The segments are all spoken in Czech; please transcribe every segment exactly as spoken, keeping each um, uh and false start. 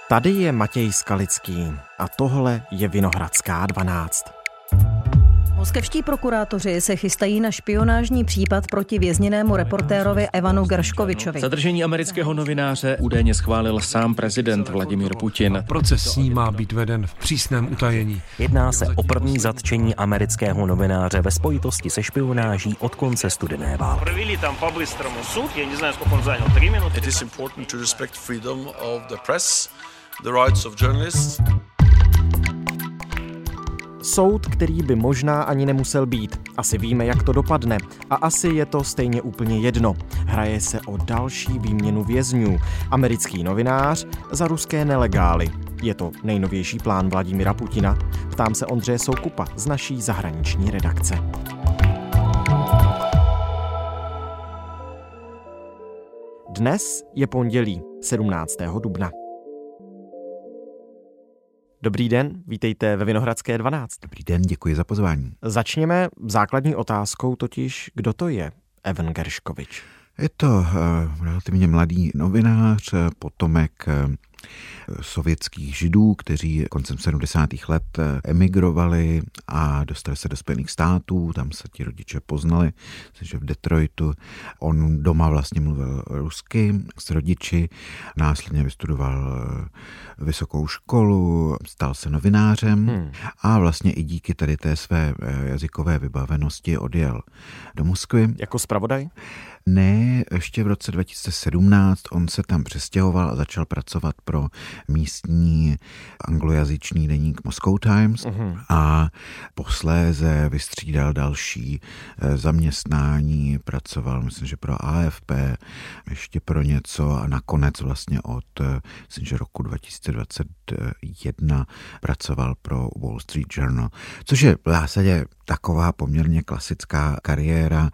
Tady je Matěj Skalický a tohle je Vinohradská dvanáct. Moskevští prokurátoři se chystají na špionážní případ proti vězněnému reportérovi Evanu Gershkovičovi. Zadržení amerického novináře údajně schválil sám prezident Vladimír Putin. Proces s ním má být veden v přísném utajení. Jedná se o první zatčení amerického novináře ve spojitosti se špionáží od konce studené války. Провели там по-быстрому суд, я не знаю, сколько он занял, три минуты. It is important to respect freedom of the press, the rights of journalists. Soud, který by možná ani nemusel být. Asi víme, jak to dopadne. A asi je to stejně úplně jedno. Hraje se o další výměnu vězňů. Americký novinář za ruské nelegály. Je to nejnovější plán Vladimira Putina? Ptám se Ondřeje Soukupa z naší zahraniční redakce. Dnes je pondělí, sedmnáctého dubna. Dobrý den, vítejte ve Vinohradské dvanáct. Dobrý den, děkuji za pozvání. Začněme základní otázkou, totiž kdo to je Evan Gershkovič? Je to uh, relativně mladý novinář, potomek uh, sovětských židů, kteří koncem sedmdesátých let emigrovali a dostali se do Spojených států, tam se ti rodiče poznali, že v Detroitu. On doma vlastně mluvil rusky s rodiči, následně vystudoval vysokou školu, stal se novinářem hmm. a vlastně i díky tady té své jazykové vybavenosti odjel do Moskvy. Jako zpravodaj? Ne, ještě v roce dva tisíce sedmnáct on se tam přestěhoval a začal pracovat pro místní anglojazyčný deník Moscow Times uh-huh. a posléze vystřídal další zaměstnání, pracoval, myslím, že pro A F P, ještě pro něco a nakonec vlastně od, myslím, že roku dva tisíce dvacet jedna pracoval pro Wall Street Journal, což je v zásadě taková poměrně klasická kariéra.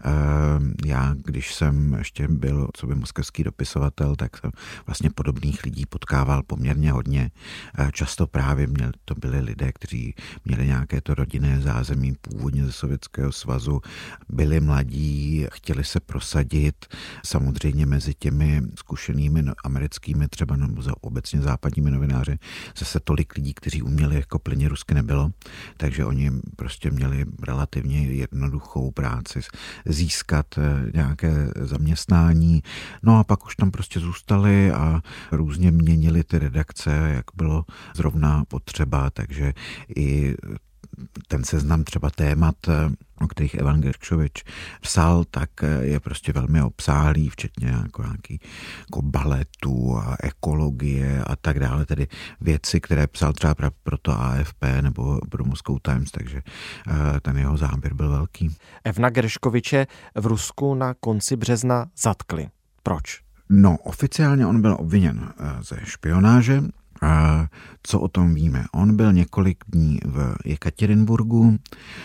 Já, když jsem ještě byl coby moskevský dopisovatel, tak jsem vlastně podobných lidí potkával poměrně hodně. Často právě měl, to byli lidé, kteří měli nějaké to rodinné zázemí původně ze Sovětského svazu, byli mladí, chtěli se prosadit. Samozřejmě mezi těmi zkušenými americkými, třeba nebo obecně západními novináři, zase tolik lidí, kteří uměli jako plně rusky nebylo, takže oni prostě měli relativně jednoduchou práci získat nějaké zaměstnání. No a pak už tam prostě zůstali a různě měnili ty redakce, jak bylo zrovna potřeba, takže i ten seznam třeba témat, o kterých Evan Gershkovič psal, tak je prostě velmi obsáhlý, včetně jako nějaký jako baletu a ekologie a tak dále, tedy věci, které psal třeba pro to A F P nebo pro Moscow Times, takže ten jeho záběr byl velký. Evana Gershkoviče v Rusku na konci března zatkli. Proč? No, oficiálně on byl obviněn ze špionáže. A co o tom víme? On byl několik dní v Jekaterinburgu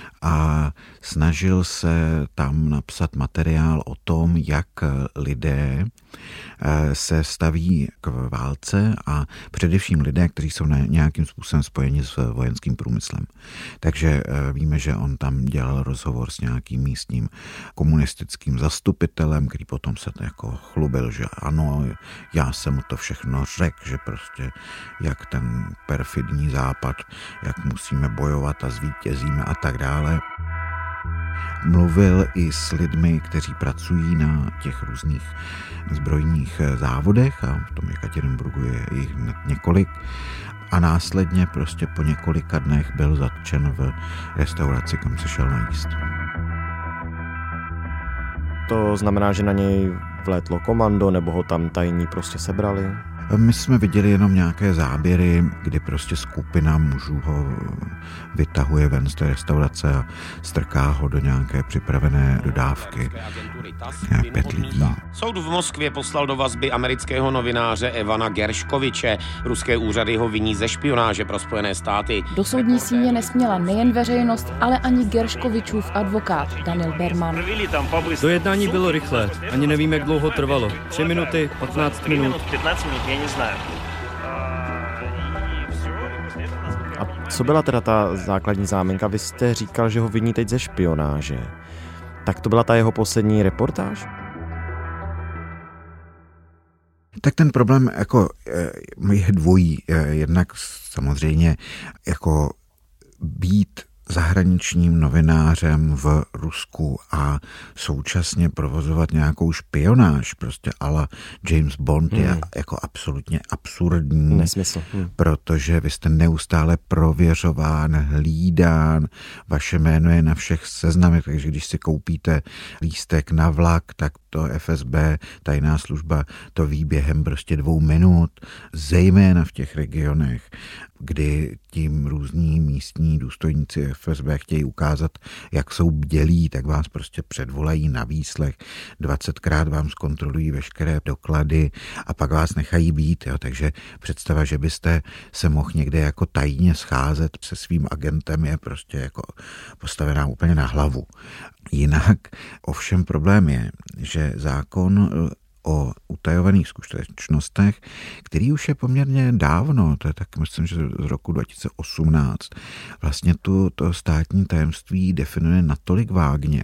a snažil se tam napsat materiál o tom, jak lidé se staví k válce a především lidé, kteří jsou nějakým způsobem spojeni s vojenským průmyslem. Takže víme, že on tam dělal rozhovor s nějakým místním komunistickým zastupitelem, který potom se jako chlubil, že ano, já jsem mu to všechno řekl, že prostě jak ten perfidní západ, jak musíme bojovat a zvítězíme a tak dále. Mluvil i s lidmi, kteří pracují na těch různých zbrojních závodech a v tom Jekaterinburgu je jich několik a následně prostě po několika dnech byl zatčen v restauraci, kam se šel najíst. To znamená, že na něj vlétlo komando nebo ho tam tajní prostě sebrali? My jsme viděli jenom nějaké záběry, kdy prostě skupina mužů ho vytahuje ven z té restaurace a strká ho do nějaké připravené dodávky. Nějak pět lidí. Soud v Moskvě poslal do vazby amerického novináře Evana Gershkoviče. Ruské úřady ho viní ze špionáže pro Spojené státy. Do soudní síně nesměla nejen veřejnost, ale ani Gershkovičův advokát Daniel Berman. Do jednání bylo rychlé, ani nevím, jak dlouho trvalo. Tři minuty, patnáct minut. A co byla teda ta základní záminka? Vy jste říkal, že ho viní teď ze špionáže. Tak to byla ta jeho poslední reportáž? Tak ten problém jako je dvojí. Jednak samozřejmě jako být zahraničním novinářem v Rusku a současně provozovat nějakou špionáž, prostě a la James Bond hmm. je jako absolutně absurdní. Nesmysl. Hmm. Protože vy jste neustále prověřován, hlídán, vaše jméno je na všech seznamech, takže když si koupíte lístek na vlak, tak to F S B, tajná služba, to ví během prostě dvou minut, zejména v těch regionech, kdy tím různí místní důstojníci F S B chtějí ukázat, jak jsou bdělí, tak vás prostě předvolají na výslech, dvacetkrát vám zkontrolují veškeré doklady a pak vás nechají být. Jo. Takže představa, že byste se mohl někde jako tajně scházet se svým agentem, je prostě jako postavená úplně na hlavu. Jinak ovšem problém je, že zákon o utajovaných skutečnostech, který už je poměrně dávno, to je tak, myslím, že z roku dva tisíce osmnáct, vlastně tu, to státní tajemství definuje natolik vágně,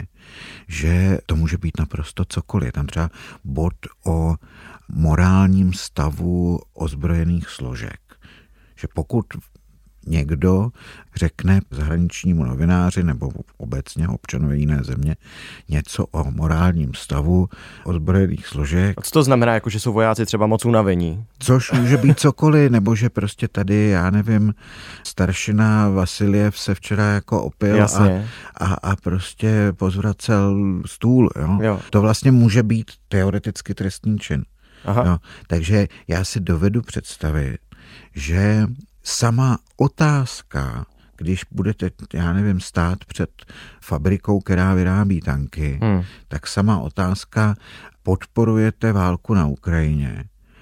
že to může být naprosto cokoliv. Tam třeba bod o morálním stavu ozbrojených složek. Že pokud někdo řekne zahraničnímu novináři nebo obecně občanovi jiné země něco o morálním stavu ozbrojených složek. A co to znamená, jako že jsou vojáci třeba moc unavení? Což může být cokoliv, nebo že prostě tady, já nevím, staršina Vasiljev se včera jako opil a, a, a prostě pozvracel stůl. Jo? Jo. To vlastně může být teoreticky trestný čin. Jo? Takže já si dovedu představit, že sama otázka, když budete, já nevím, stát před fabrikou, která vyrábí tanky, hmm. tak sama otázka, podporujete válku na Ukrajině,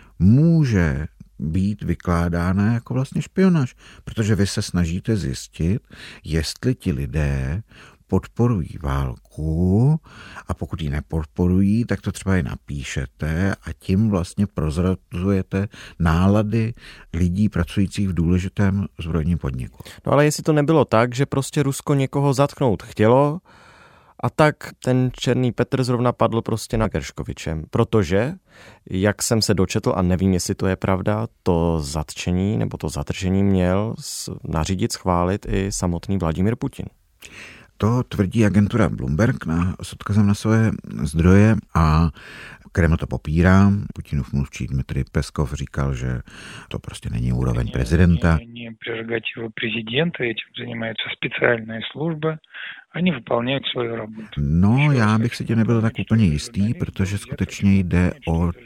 může být vykládána jako vlastně špionáž, protože vy se snažíte zjistit, jestli ti lidé podporují válku a pokud ji nepodporují, tak to třeba i napíšete a tím vlastně prozrazujete nálady lidí pracujících v důležitém zbrojním podniku. No ale jestli to nebylo tak, že prostě Rusko někoho zatknout chtělo a tak ten Černý Petr zrovna padl prostě na Gerškovičem, protože, jak jsem se dočetl a nevím, jestli to je pravda, to zatčení nebo to zadržení měl nařídit, schválit i samotný Vladimír Putin. To tvrdí agentura Bloomberg na, s odkazem na své zdroje a Kreml to popírá. Putinův mluvčí Dmitrij Peskov říkal, že to prostě není úroveň prezidenta. Není prerogativa prezidenta, tím zajímají speciální služby, oni vyplňují svou robotu. No, já bych si tě nebyl tak úplně jistý, protože skutečně jde od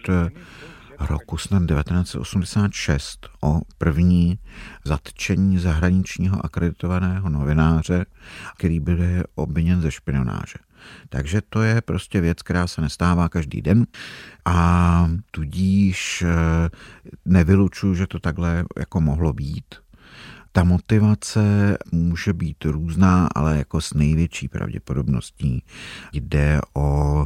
roku snad devatenáct set osmdesát šest o první zatčení zahraničního akreditovaného novináře, který byl obviněn ze špionáže. Takže to je prostě věc, která se nestává každý den a tudíž nevylučuju, že to takhle jako mohlo být. Ta motivace může být různá, ale jako s největší pravděpodobností jde o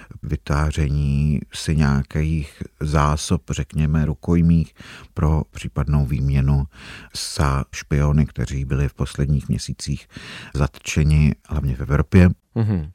vytváření si nějakých zásob, řekněme, rukojmích pro případnou výměnu za špiony, kteří byli v posledních měsících zatčeni, hlavně v Evropě. Mm-hmm.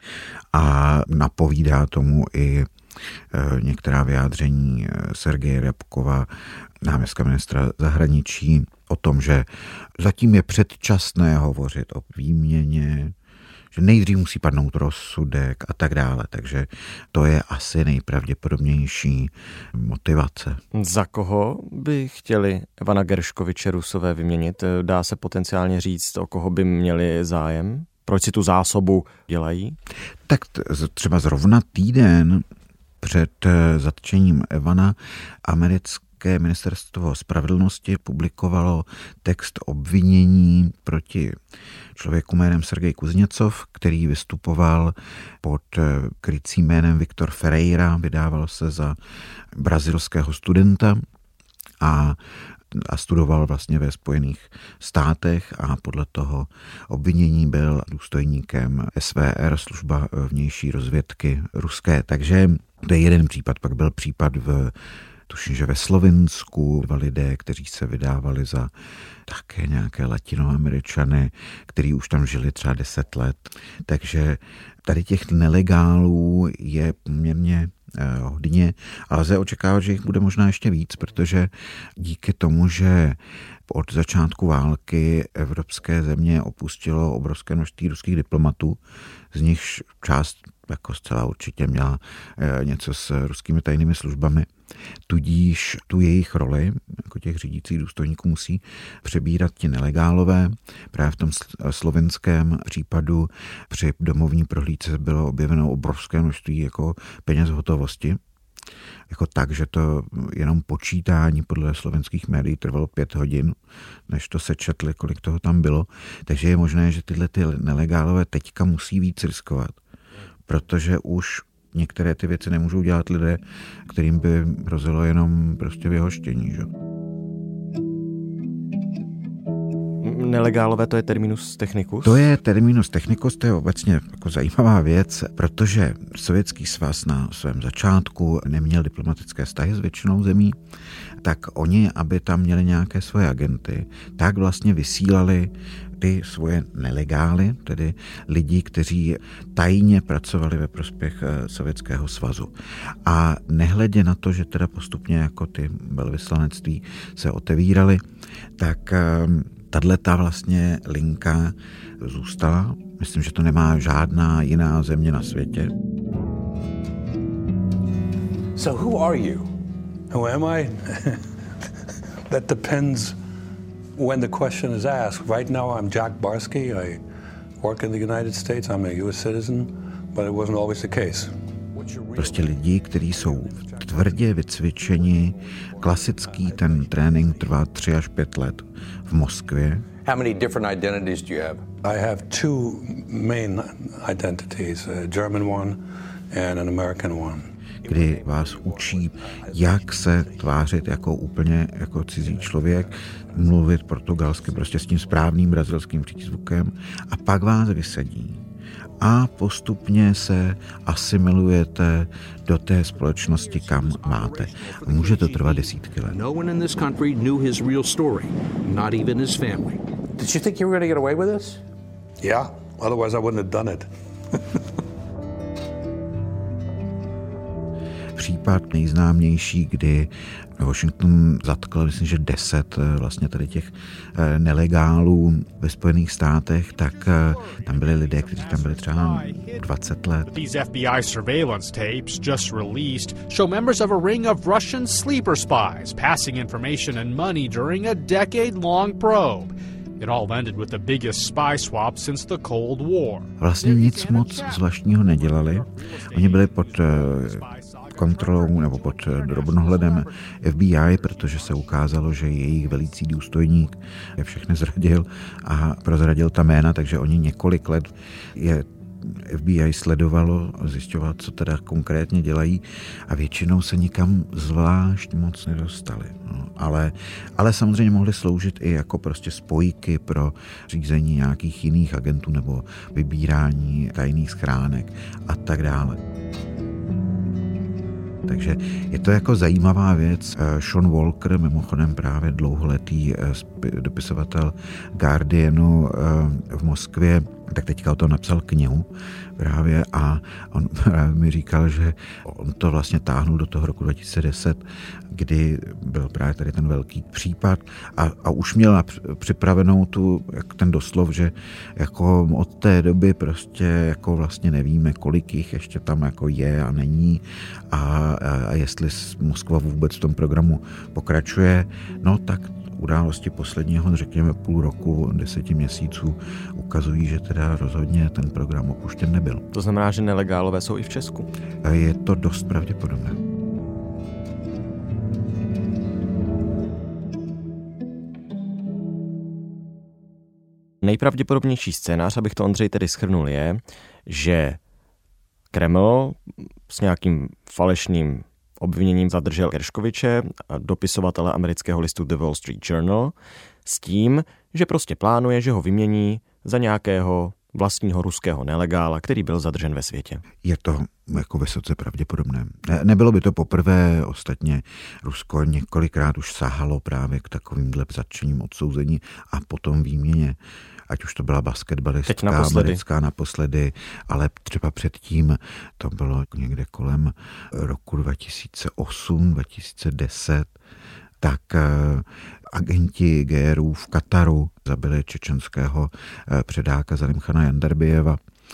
A napovídá tomu i některá vyjádření Sergeje Ryabkova, náměstka ministra zahraničí, o tom, že zatím je předčasné hovořit o výměně, že nejdřív musí padnout rozsudek a tak dále. Takže to je asi nejpravděpodobnější motivace. Za koho by chtěli Evana Gerškoviče Rusové vyměnit? Dá se potenciálně říct, o koho by měli zájem? Proč si tu zásobu dělají? Tak třeba zrovna týden před zatčením Evana americké ministerstvo spravedlnosti publikovalo text obvinění proti člověku jménem Sergej Kuzněcov, který vystupoval pod krycím jménem Viktor Ferreira, vydával se za brazilského studenta a a studoval vlastně ve Spojených státech a podle toho obvinění byl důstojníkem S V R, služba vnější rozvědky ruské. Takže to je jeden případ, pak byl případ v tuším, že ve Slovinsku dva lidé, kteří se vydávali za také nějaké latinoameričany, kteří už tam žili třeba deset let. Takže tady těch nelegálů je poměrně hodně a lze očekávat, že jich bude možná ještě víc, protože díky tomu, že od začátku války evropské země opustilo obrovské množství ruských diplomatů, z nichž část jako zcela určitě měla něco s ruskými tajnými službami. Tudíž tu jejich roli, jako těch řídících důstojníků, musí přebírat ti nelegálové. Právě v tom slovenském případu při domovní prohlídce bylo objeveno obrovské množství jako peněz v hotovosti. Jako tak, že to jenom počítání podle slovenských médií trvalo pět hodin, než to sečetli, kolik toho tam bylo. Takže je možné, že tyhle ty nelegálové teďka musí víc riskovat, protože už některé ty věci nemůžou dělat lidé, kterým by hrozilo jenom prostě vyhoštění. Že? Nelegálové, to je terminus technicus? To je terminus technicus, to je obecně jako zajímavá věc, protože Sovětský svaz na svém začátku neměl diplomatické vztahy s většinou zemí, tak oni, aby tam měli nějaké svoje agenty, tak vlastně vysílali ty svoje nelegály, tedy lidi, kteří tajně pracovali ve prospěch Sovětského svazu. A nehledě na to, že teda postupně jako ty velvyslanectví se otevíraly, tak tato vlastně linka zůstala. Myslím, že to nemá žádná jiná země na světě. So who are you? Who am I? That depends when the question is asked. Right now I'm Jack Barsky. I work in the United States. I'm a U S citizen, but it wasn't always the case. Prostě lidi, kteří jsou tvrdě vycvičeni, klasický ten trénink trvá tři až pět let v Moskvě. How many different identities do you have? I have two main identities, a German one and an American one. Kdy vás učí, jak se tvářit jako úplně jako cizí člověk, mluvit portugalsky prostě s tím správným brazilským přízvukem a pak vás vysadí. A postupně se asimilujete do té společnosti, kam máte. A může to trvat desítky let. No one in this country knew his real story, not even his family. Did you think you were going to get away with this? Yeah, otherwise I wouldn't have done it. Případ nejznámější, kdy Washington zatkl, myslím, že deset vlastně tady těch nelegálů ve Spojených státech, tak tam byli lidé, kteří tam byli třeba dvacet let. These F B I surveillance tapes just released show members of a ring of Russian sleeper spies passing information and money during a decade-long probe. It all ended with the biggest spy swap since the Cold War. Vlastně nic moc zvláštního nedělali. Oni byli pod kontrolou nebo pod drobnohledem F B I, protože se ukázalo, že jejich velící důstojník je všechny zradil a prozradil ta jména, takže oni několik let je F B I sledovalo, zjišťovalo, co teda konkrétně dělají a většinou se nikam zvlášť moc nedostali. No, ale, ale samozřejmě mohli sloužit i jako prostě spojky pro řízení nějakých jiných agentů nebo vybírání tajných schránek a tak dále. Takže je to jako zajímavá věc. Sean Walker, mimochodem právě dlouholetý dopisovatel Guardianu v Moskvě, tak teďka o tom napsal knihu právě a on právě mi říkal, že on to vlastně táhnul do toho roku dva tisíce deset, kdy byl právě tady ten velký případ a, a už měl připravenou tu, jak ten doslov, že jako od té doby prostě jako vlastně nevíme, kolik jich ještě tam jako je a není a, a jestli Moskva vůbec v tom programu pokračuje, no tak události posledního, řekněme, půl roku, deseti měsíců ukazují, že teda rozhodně ten program opuštěn nebyl. To znamená, že nelegálové jsou i v Česku? Je to dost pravděpodobné. Nejpravděpodobnější scénář, abych to Ondřej tedy shrnul, je, že Kreml s nějakým falešným obviněním zadržel Gerškoviče, dopisovatele amerického listu The Wall Street Journal, s tím, že prostě plánuje, že ho vymění za nějakého vlastního ruského nelegála, který byl zadržen ve světě. Je to jako vysoce pravděpodobné. Ne, nebylo by to poprvé, ostatně Rusko několikrát už sahalo právě k takovýmhle zatčením, odsouzení a potom výměně. ať už to byla basketbalistka americká naposledy, ale třeba předtím to bylo někde kolem roku dva tisíce osm, dva tisíce deset, tak agenti G R U v Kataru zabili čečenského předáka Zalimchana Jandarbieva.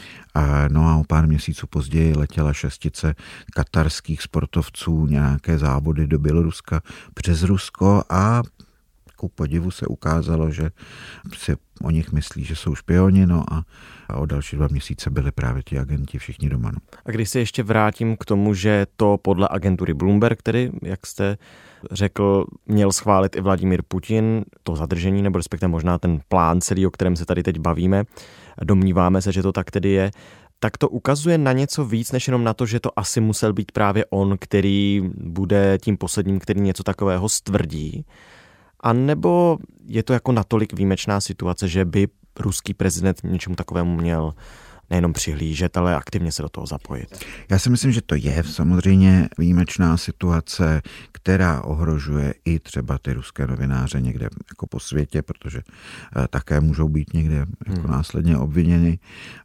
A no a o pár měsíců později letěla šestice katarských sportovců nějaké závody do Běloruska přes Rusko a ku podivu se ukázalo, že si o nich myslí, že jsou špioni, no a, a o další dva měsíce byli právě ti agenti všichni doma. No. A když se ještě vrátím k tomu, že to podle agentury Bloomberg, který, jak jste řekl, měl schválit i Vladimír Putin, to zadržení, nebo respektive možná ten plán celý, o kterém se tady teď bavíme, domníváme se, že to tak tedy je, tak to ukazuje na něco víc, než jenom na to, že to asi musel být právě on, který bude tím posledním, který něco takového stvrdí. A nebo je to jako natolik výjimečná situace, že by ruský prezident něčemu takovému měl nejenom přihlížet, ale aktivně se do toho zapojit? Já si myslím, že to je samozřejmě výjimečná situace, která ohrožuje i třeba ty ruské novináře někde jako po světě, protože také můžou být někde jako hmm. následně obviněni.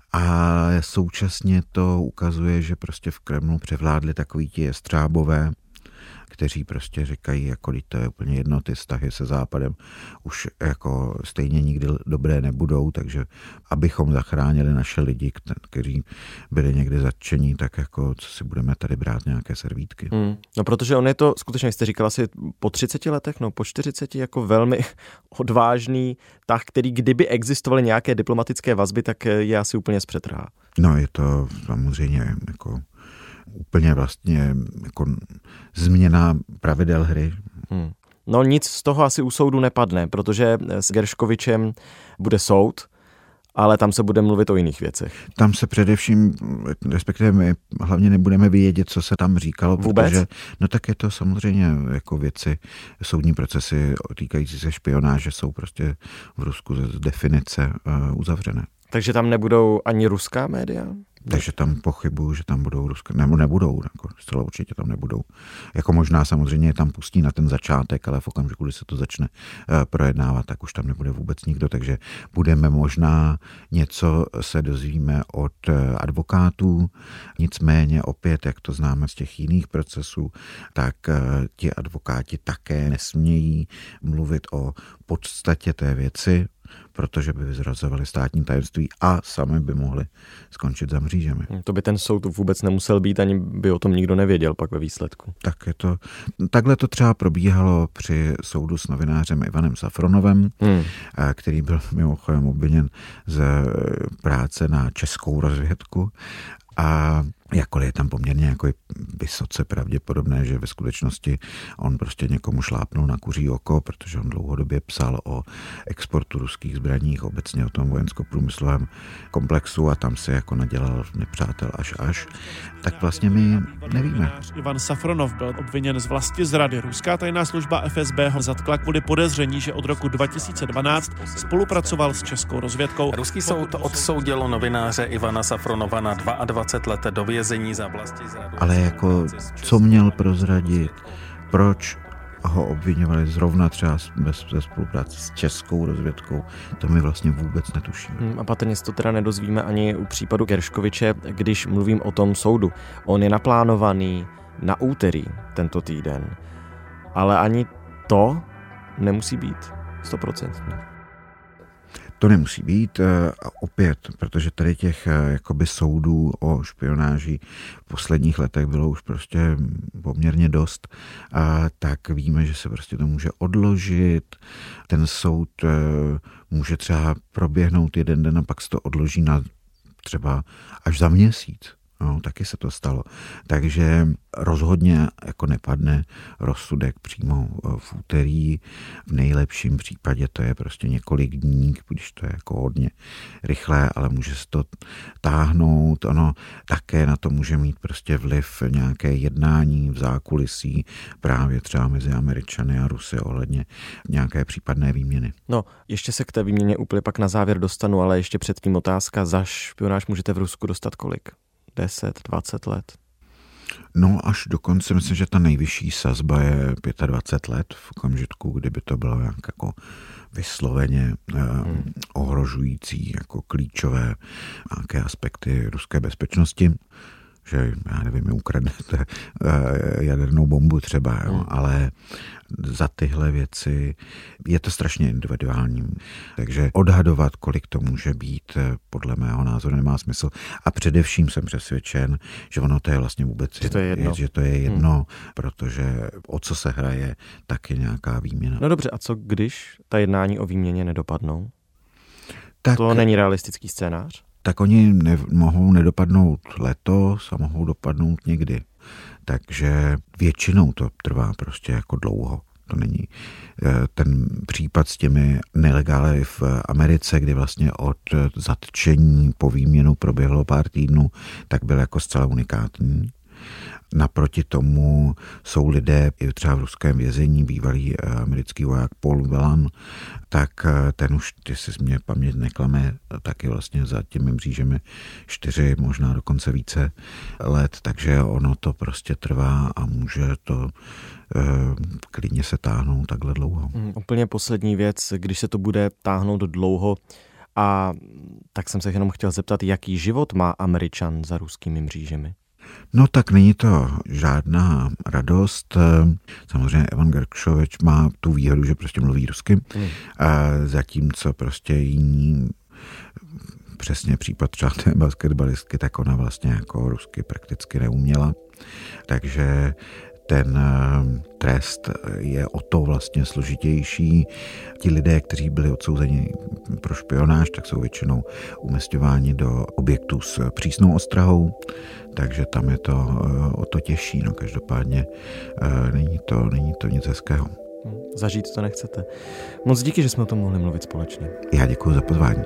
A současně to ukazuje, že prostě v Kremlu převládli takoví ti jestřábové, kteří prostě říkají, jako to je úplně jedno, ty vztahy se Západem už jako stejně nikdy dobré nebudou, takže abychom zachránili naše lidi, kteří byli někdy zatčení, tak jako co si budeme tady brát nějaké servítky. Hmm. No protože on je to, skutečně, jak jste říkal, asi po třiceti letech, no po čtyřiceti, jako velmi odvážný tah, který kdyby existovaly nějaké diplomatické vazby, tak je asi úplně zpřetrhá. No je to samozřejmě jako úplně vlastně jako změna pravidel hry. Hmm. No nic z toho asi u soudu nepadne, protože s Gerškovičem bude soud, ale tam se bude mluvit o jiných věcech. Tam se především, respektive my hlavně nebudeme vědět, co se tam říkalo. Vůbec? Protože, no tak je to samozřejmě jako věci, soudní procesy týkající se špionáže jsou prostě v Rusku z definice uh, uzavřené. Takže tam nebudou ani ruská média? Takže tam pochybuju, že tam budou ruské, nebo nebudou, jako zcela určitě tam nebudou. Jako možná samozřejmě je tam pustí na ten začátek, ale v okamžiku, kdy se to začne uh, projednávat, tak už tam nebude vůbec nikdo, takže budeme možná něco se dozvíme od uh, advokátů, nicméně opět, jak to známe z těch jiných procesů, tak uh, ti advokáti také nesmějí mluvit o podstatě té věci, protože by vyzrazovali státní tajemství a sami by mohli skončit za mřížemi. To by ten soud vůbec nemusel být, ani by o tom nikdo nevěděl pak ve výsledku. Tak je to, takhle to třeba probíhalo při soudu s novinářem Ivanem Safronovem, hmm. který byl mimochodem obviněn z práce na českou rozvědku. A jakkoliv je tam poměrně jako vysoce pravděpodobné, že ve skutečnosti on prostě někomu šlápnul na kuří oko, protože on dlouhodobě psal o exportu ruských zbraních, obecně o tom vojensko-průmyslovém komplexu a tam se jako nadělal nepřátel až až, tak vlastně my nevíme. Ivan Safronov byl obviněn z vlastizrady. Ruská tajná služba F S B ho zatkla kvůli podezření, že od roku dva tisíce dvanáct spolupracoval s českou rozvědkou. Ruský soud odsoudil novináře Ivana Safronova na dvacet dva let do vězení za vlastizradu. Ale jako, co měl prozradit, proč ho obviňovali zrovna třeba ve spolupráci s českou rozvědkou, to my vlastně vůbec netušíme. Hmm, a patrně se to teda nedozvíme ani u případu Gerškoviče, když mluvím o tom soudu. On je naplánovaný na úterý tento týden, ale ani to nemusí být stoprocentní. To nemusí být a opět, protože tady těch jakoby soudů o špionáži v posledních letech bylo už prostě poměrně dost, a tak víme, že se prostě to může odložit. Ten soud může třeba proběhnout jeden den a pak se to odloží na třeba až za měsíc. No, taky se to stalo. Takže rozhodně jako nepadne rozsudek přímo v úterý. V nejlepším případě to je prostě několik dní, když to je jako hodně rychlé, ale může se to táhnout. Ono také na to může mít prostě vliv nějaké jednání v zákulisí právě třeba mezi Američany a Rusy ohledně nějaké případné výměny. No, ještě se k té výměně úplně pak na závěr dostanu, ale ještě předtím otázka, za špionáž můžete v Rusku dostat kolik? deset, dvacet let? No až dokonce myslím, že ta nejvyšší sazba je dvacet pět let v okamžiku, kdyby to bylo nějak jako vysloveně eh, hmm. ohrožující jako klíčové nějaké aspekty ruské bezpečnosti, že já nevím, mi ukradnete eh, jadernou bombu třeba, jo, hmm. ale za tyhle věci je to strašně individuální. Takže odhadovat, kolik to může být, podle mého názoru nemá smysl. A především jsem přesvědčen, že ono to je vlastně vůbec že to je jedno, že to je jedno hmm. protože o co se hraje, tak je nějaká výměna. No dobře, a co když ta jednání o výměně nedopadnou? Tak, to není realistický scénář? Tak oni ne, mohou nedopadnout letos a mohou dopadnout někdy. Takže většinou to trvá prostě jako dlouho. To není ten případ s těmi nelegály v Americe, kdy vlastně od zatčení po výměnu proběhlo pár týdnů, tak byl jako zcela unikátní. Naproti tomu jsou lidé, i třeba v ruském vězení, bývalý americký voják Paul Whelan, tak ten už, jestli mě paměť neklame, taky vlastně za těmi mřížemi čtyři, možná dokonce více let, takže ono to prostě trvá a může to eh, klidně se táhnout takhle dlouho. Hmm, úplně poslední věc, když se to bude táhnout dlouho, a tak jsem se jenom chtěl zeptat, jaký život má Američan za ruskými mřížemi? No tak není to žádná radost. Samozřejmě Evan Gershkovič má tu výhodu, že prostě mluví rusky, hmm. zatímco prostě jiní, přesně případ třeba té basketbalistky, tak ona vlastně jako rusky prakticky neuměla. Takže ten trest je o to vlastně složitější. Ti lidé, kteří byli odsouzeni pro špionáž, tak jsou většinou umisťováni do objektů s přísnou ostrahou, takže tam je to o to těžší. No každopádně není to, není to nic hezkého. Zažít to nechcete. Moc díky, že jsme o tom mohli mluvit společně. Já děkuji za pozvání.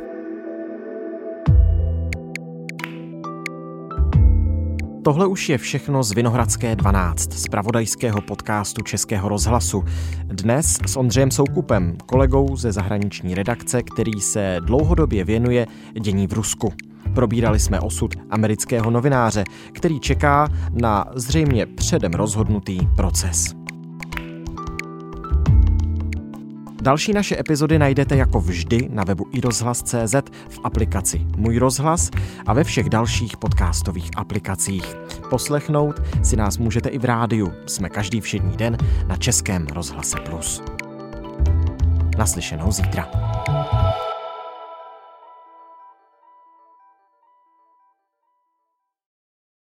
Tohle už je všechno z Vinohradské dvanáct, z zpravodajského podcastu Českého rozhlasu. Dnes s Ondřejem Soukupem, kolegou ze zahraniční redakce, který se dlouhodobě věnuje dění v Rusku. Probírali jsme osud amerického novináře, který čeká na zřejmě předem rozhodnutý proces. Další naše epizody najdete jako vždy na webu i rozhlas tečka cé zet, v aplikaci Můj rozhlas a ve všech dalších podcastových aplikacích. Poslechnout si nás můžete i v rádiu. Jsme každý všední den na Českém rozhlase Plus. Naslyšenou zítra.